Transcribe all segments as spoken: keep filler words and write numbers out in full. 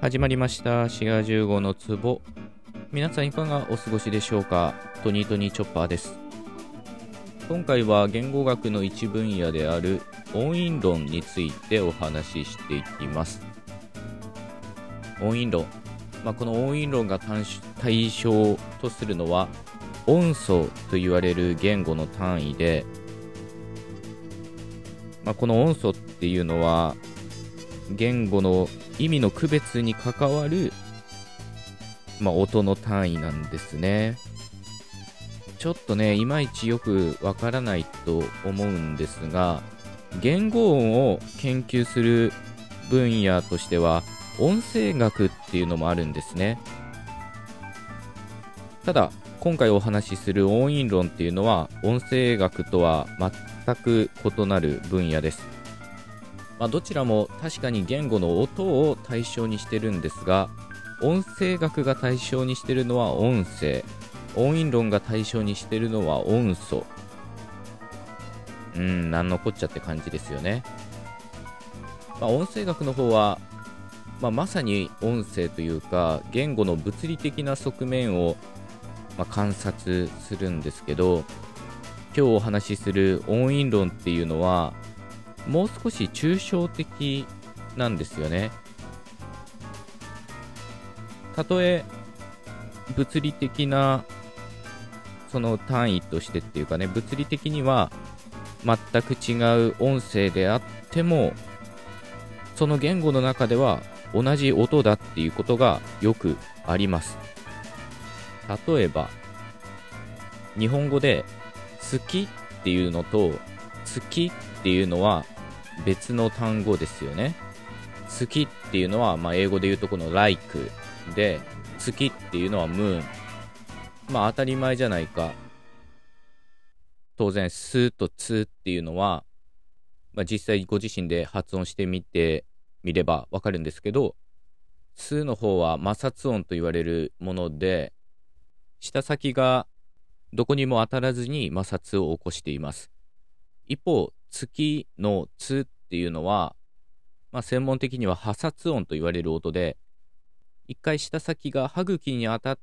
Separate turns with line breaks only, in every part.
始まりました滋賀じゅうごの壺。皆さんいかがお過ごしでしょうか。トニートニーチョッパーです。今回は言語学の一分野である音韻論についてお話ししていきます。音韻論、まあ、この音韻論が対象とするのは音素と言われる言語の単位で、まあ、この音素っていうのは言語の意味の区別に関わる、まあ、音の単位なんですね。ちょっとねいまいちよくわからないと思うんですが、言語音を研究する分野としては音声学っていうのもあるんですね。ただ今回お話しする音韻論っていうのは音声学とは全く異なる分野です。まあ、どちらも確かに言語の音を対象にしてるんですが、音声学が対象にしてるのは音声、音韻論が対象にしてるのは音素。うーん、なんのこっちゃって感じですよね。まあ、音声学の方は、まあ、まさに音声というか言語の物理的な側面を、まあ、観察するんですけど、今日お話しする音韻論っていうのはもう少し抽象的なんですよね。たとえ物理的なその単位としてっていうかね、物理的には全く違う音声であっても、その言語の中では同じ音だっていうことがよくあります。例えば日本語で好きっていうのと月っていうのは別の単語ですよね。好きっていうのは、まあ、英語で言うとこの like で、月っていうのは moon。 まあ当たり前じゃないか。当然スとツっていうのは、まあ、実際ご自身で発音してみてみればわかるんですけど、スの方は摩擦音と言われるもので、舌先がどこにも当たらずに摩擦を起こしています。一方月のツっていうのは、まあ、専門的には破擦音と言われる音で、一回舌先が歯茎に当たって、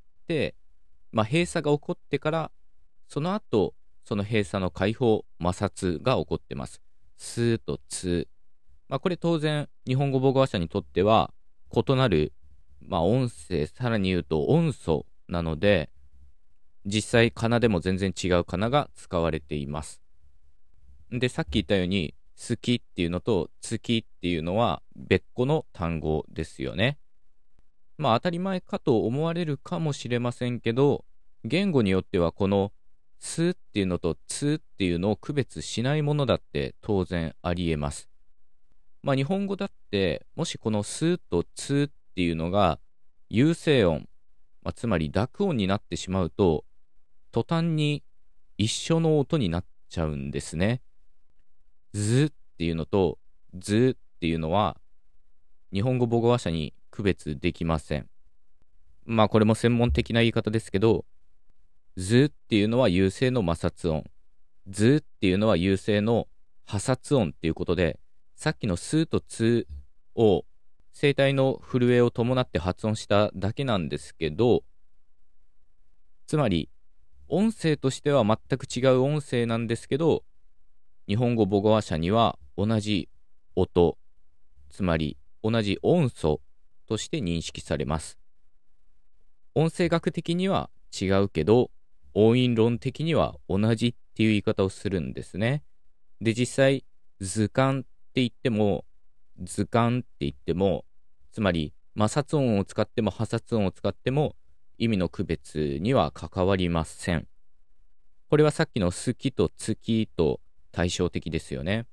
まあ、閉鎖が起こってから、その後その閉鎖の開放摩擦が起こってます。スーとツー、まあ、これ当然日本語母語話者にとっては異なる、まあ、音声、さらに言うと音素なので、実際仮名でも全然違う仮名が使われています。で、さっき言ったように好きっていうのと月っていうのは別個の単語ですよね。まあ当たり前かと思われるかもしれませんけど、言語によってはこのスっていうのとツっていうのを区別しないものだって当然ありえます。まあ日本語だってもしこのスとツっていうのが有声音、まあ、つまり濁音になってしまうと、途端に一緒の音になっちゃうんですね。ズっていうのとズっていうのは日本語母語話者に区別できません。まあこれも専門的な言い方ですけど、ズっていうのは有声の摩擦音、ズっていうのは有声の破擦音っていうことで、さっきのスとツを声帯の震えを伴って発音しただけなんですけど、つまり音声としては全く違う音声なんですけど、日本語母語話者には同じ音、つまり同じ音素として認識されます。音声学的には違うけど、音韻論的には同じっていう言い方をするんですね。で、実際図鑑って言っても図鑑って言っても、つまり摩擦音を使っても破擦音を使っても意味の区別には関わりません。これはさっきの好きと月と対照的ですよね。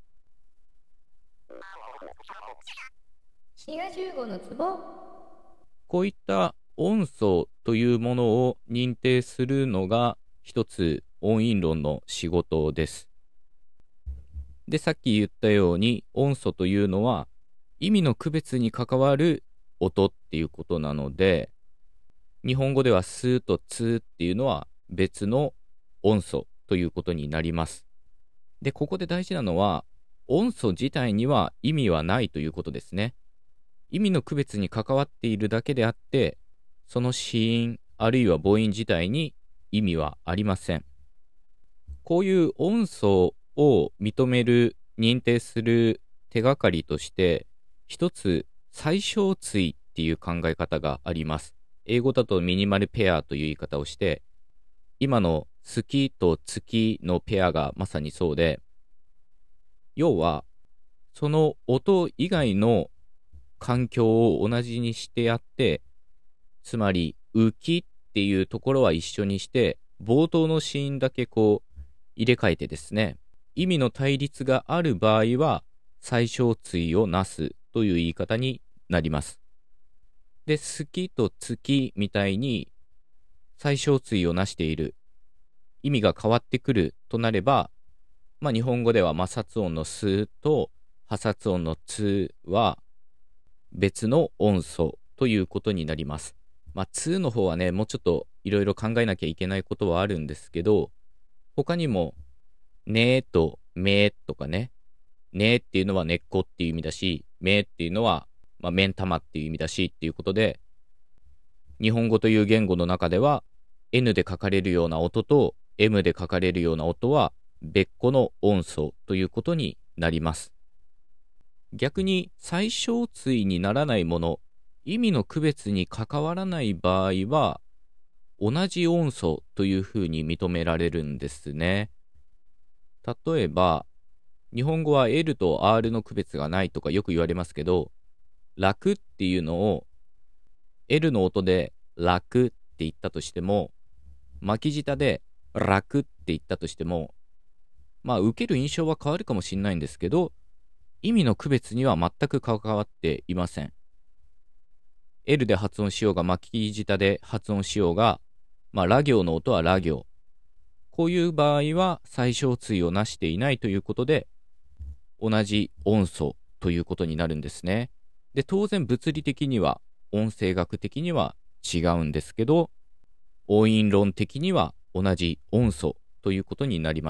滋賀じゅうごの壺。
こういった音素というものを認定するのが一つ音韻論の仕事です。で、さっき言ったように音素というのは意味の区別に関わる音っていうことなので、日本語ではスとツっていうのは別の音素ということになります。で、ここで大事なのは音素自体には意味はないということですね。 意味の区別に関わっているだけであって、その子音あるいは母音自体に意味はありません。こういう音素を認める、認定する手がかりとして、一つ最小対っていう考え方があります。英語だとミニマルペアという言い方をして、今の月と月のペアがまさにそうで、要はその音以外の環境を同じにしてやって、つまり浮きっていうところは一緒にして、冒頭の子音だけこう入れ替えてですね、意味の対立がある場合は最小対をなすという言い方になります。で、月と月みたいに最小対をなしている、意味が変わってくるとなれば、まあ、日本語では摩擦音のすと破擦音のつは別の音素ということになります。まあ、つの方はね、もうちょっといろいろ考えなきゃいけないことはあるんですけど、他にもねとめとかね、ねっていうのは根っこっていう意味だし、めっていうのは、まあ、目ん玉っていう意味だしっていうことで、日本語という言語の中では N で書かれるような音と エム で書かれるような音は別個の音素ということになります。逆に最小対にならないもの、意味の区別に関わらない場合は同じ音素というふうに認められるんですね。例えば日本語は L と R の区別がないとかよく言われますけど、楽っていうのを L の音で楽って言ったとしても、巻き舌で楽って言ったとしても、まあ受ける印象は変わるかもしれないんですけど、意味の区別には全く関わっていません。L で発音しようが巻き舌で発音しようが、まあラ行の音はラ行。こういう場合は最小対をなしていないということで、同じ音素ということになるんですね。で、当然物理的には、音声学的には違うんですけど、音韻論的には同じ音素ということになります。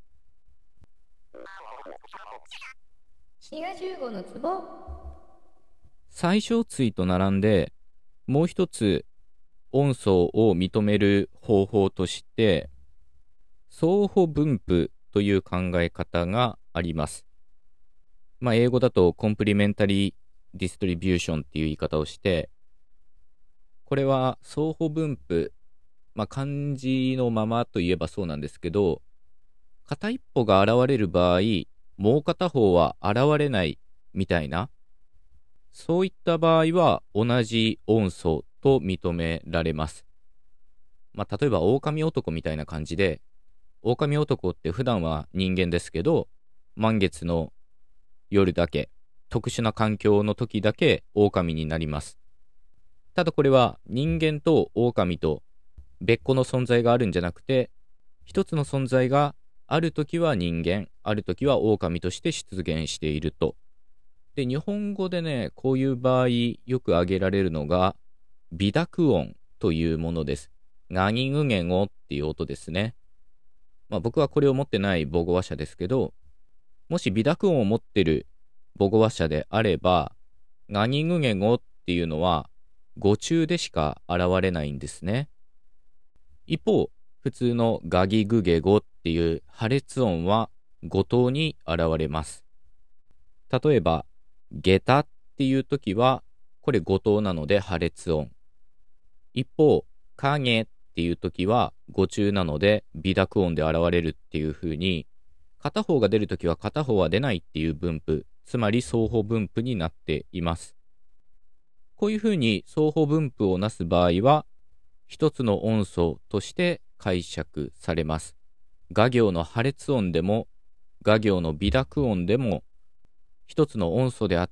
滋賀じゅうごのツボ。
最小対と並んで、もう一つ音素を認める方法として、相補分布という考え方があります。まあ、英語だとコンプリメンタリーディストリビューションっていう言い方をして、これは相補分布、まあ、漢字のままといえばそうなんですけど、片一方が現れる場合、もう片方は現れないみたいな、そういった場合は同じ音素と認められます。まあ、例えば狼男みたいな感じで、狼男って普段は人間ですけど、満月の夜だけ、特殊な環境の時だけ狼になります。ただこれは人間と狼と別個の存在があるんじゃなくて、一つの存在がある時は人間、ある時は狼として出現していると。で、日本語でね、こういう場合よく挙げられるのが微濁音というものです。ガニグゲゴっていう音ですね。まあ僕はこれを持ってない母語話者ですけど、もし微濁音を持ってる母語話者であれば、ガニグゲゴっていうのは語中でしか現れないんですね。一方、普通のガギグゲゴっていう破裂音は語頭に現れます。例えば、下駄っていう時は、これ語頭なので破裂音。一方、影っていう時は語中なので微濁音で現れるっていう風に、片方が出る時は片方は出ないっていう分布、つまり相補分布になっています。こういう風に相補分布をなす場合は、一つの音素として解釈されます。画行の破裂音でも、画行の微濁音でも、一つの音素であって、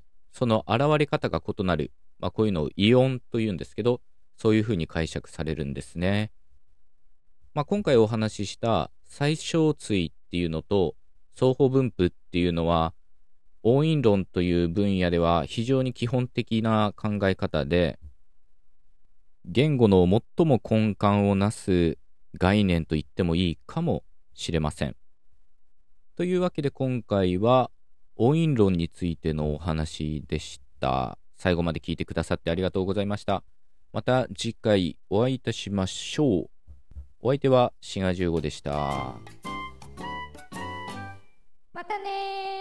その現れ方が異なる、まあ、こういうのを異音というんですけど、そういうふうに解釈されるんですね。まあ、今回お話しした最小対っていうのと相補分布っていうのは、音韻論という分野では非常に基本的な考え方で、言語の最も根幹をなす概念と言ってもいいかもしれません。というわけで今回は音韻論についてのお話でした。 た。最後まで聞いてくださってありがとうございました。また次回お会いいたしましょう。お相手はシガじゅうごでした。
またねー。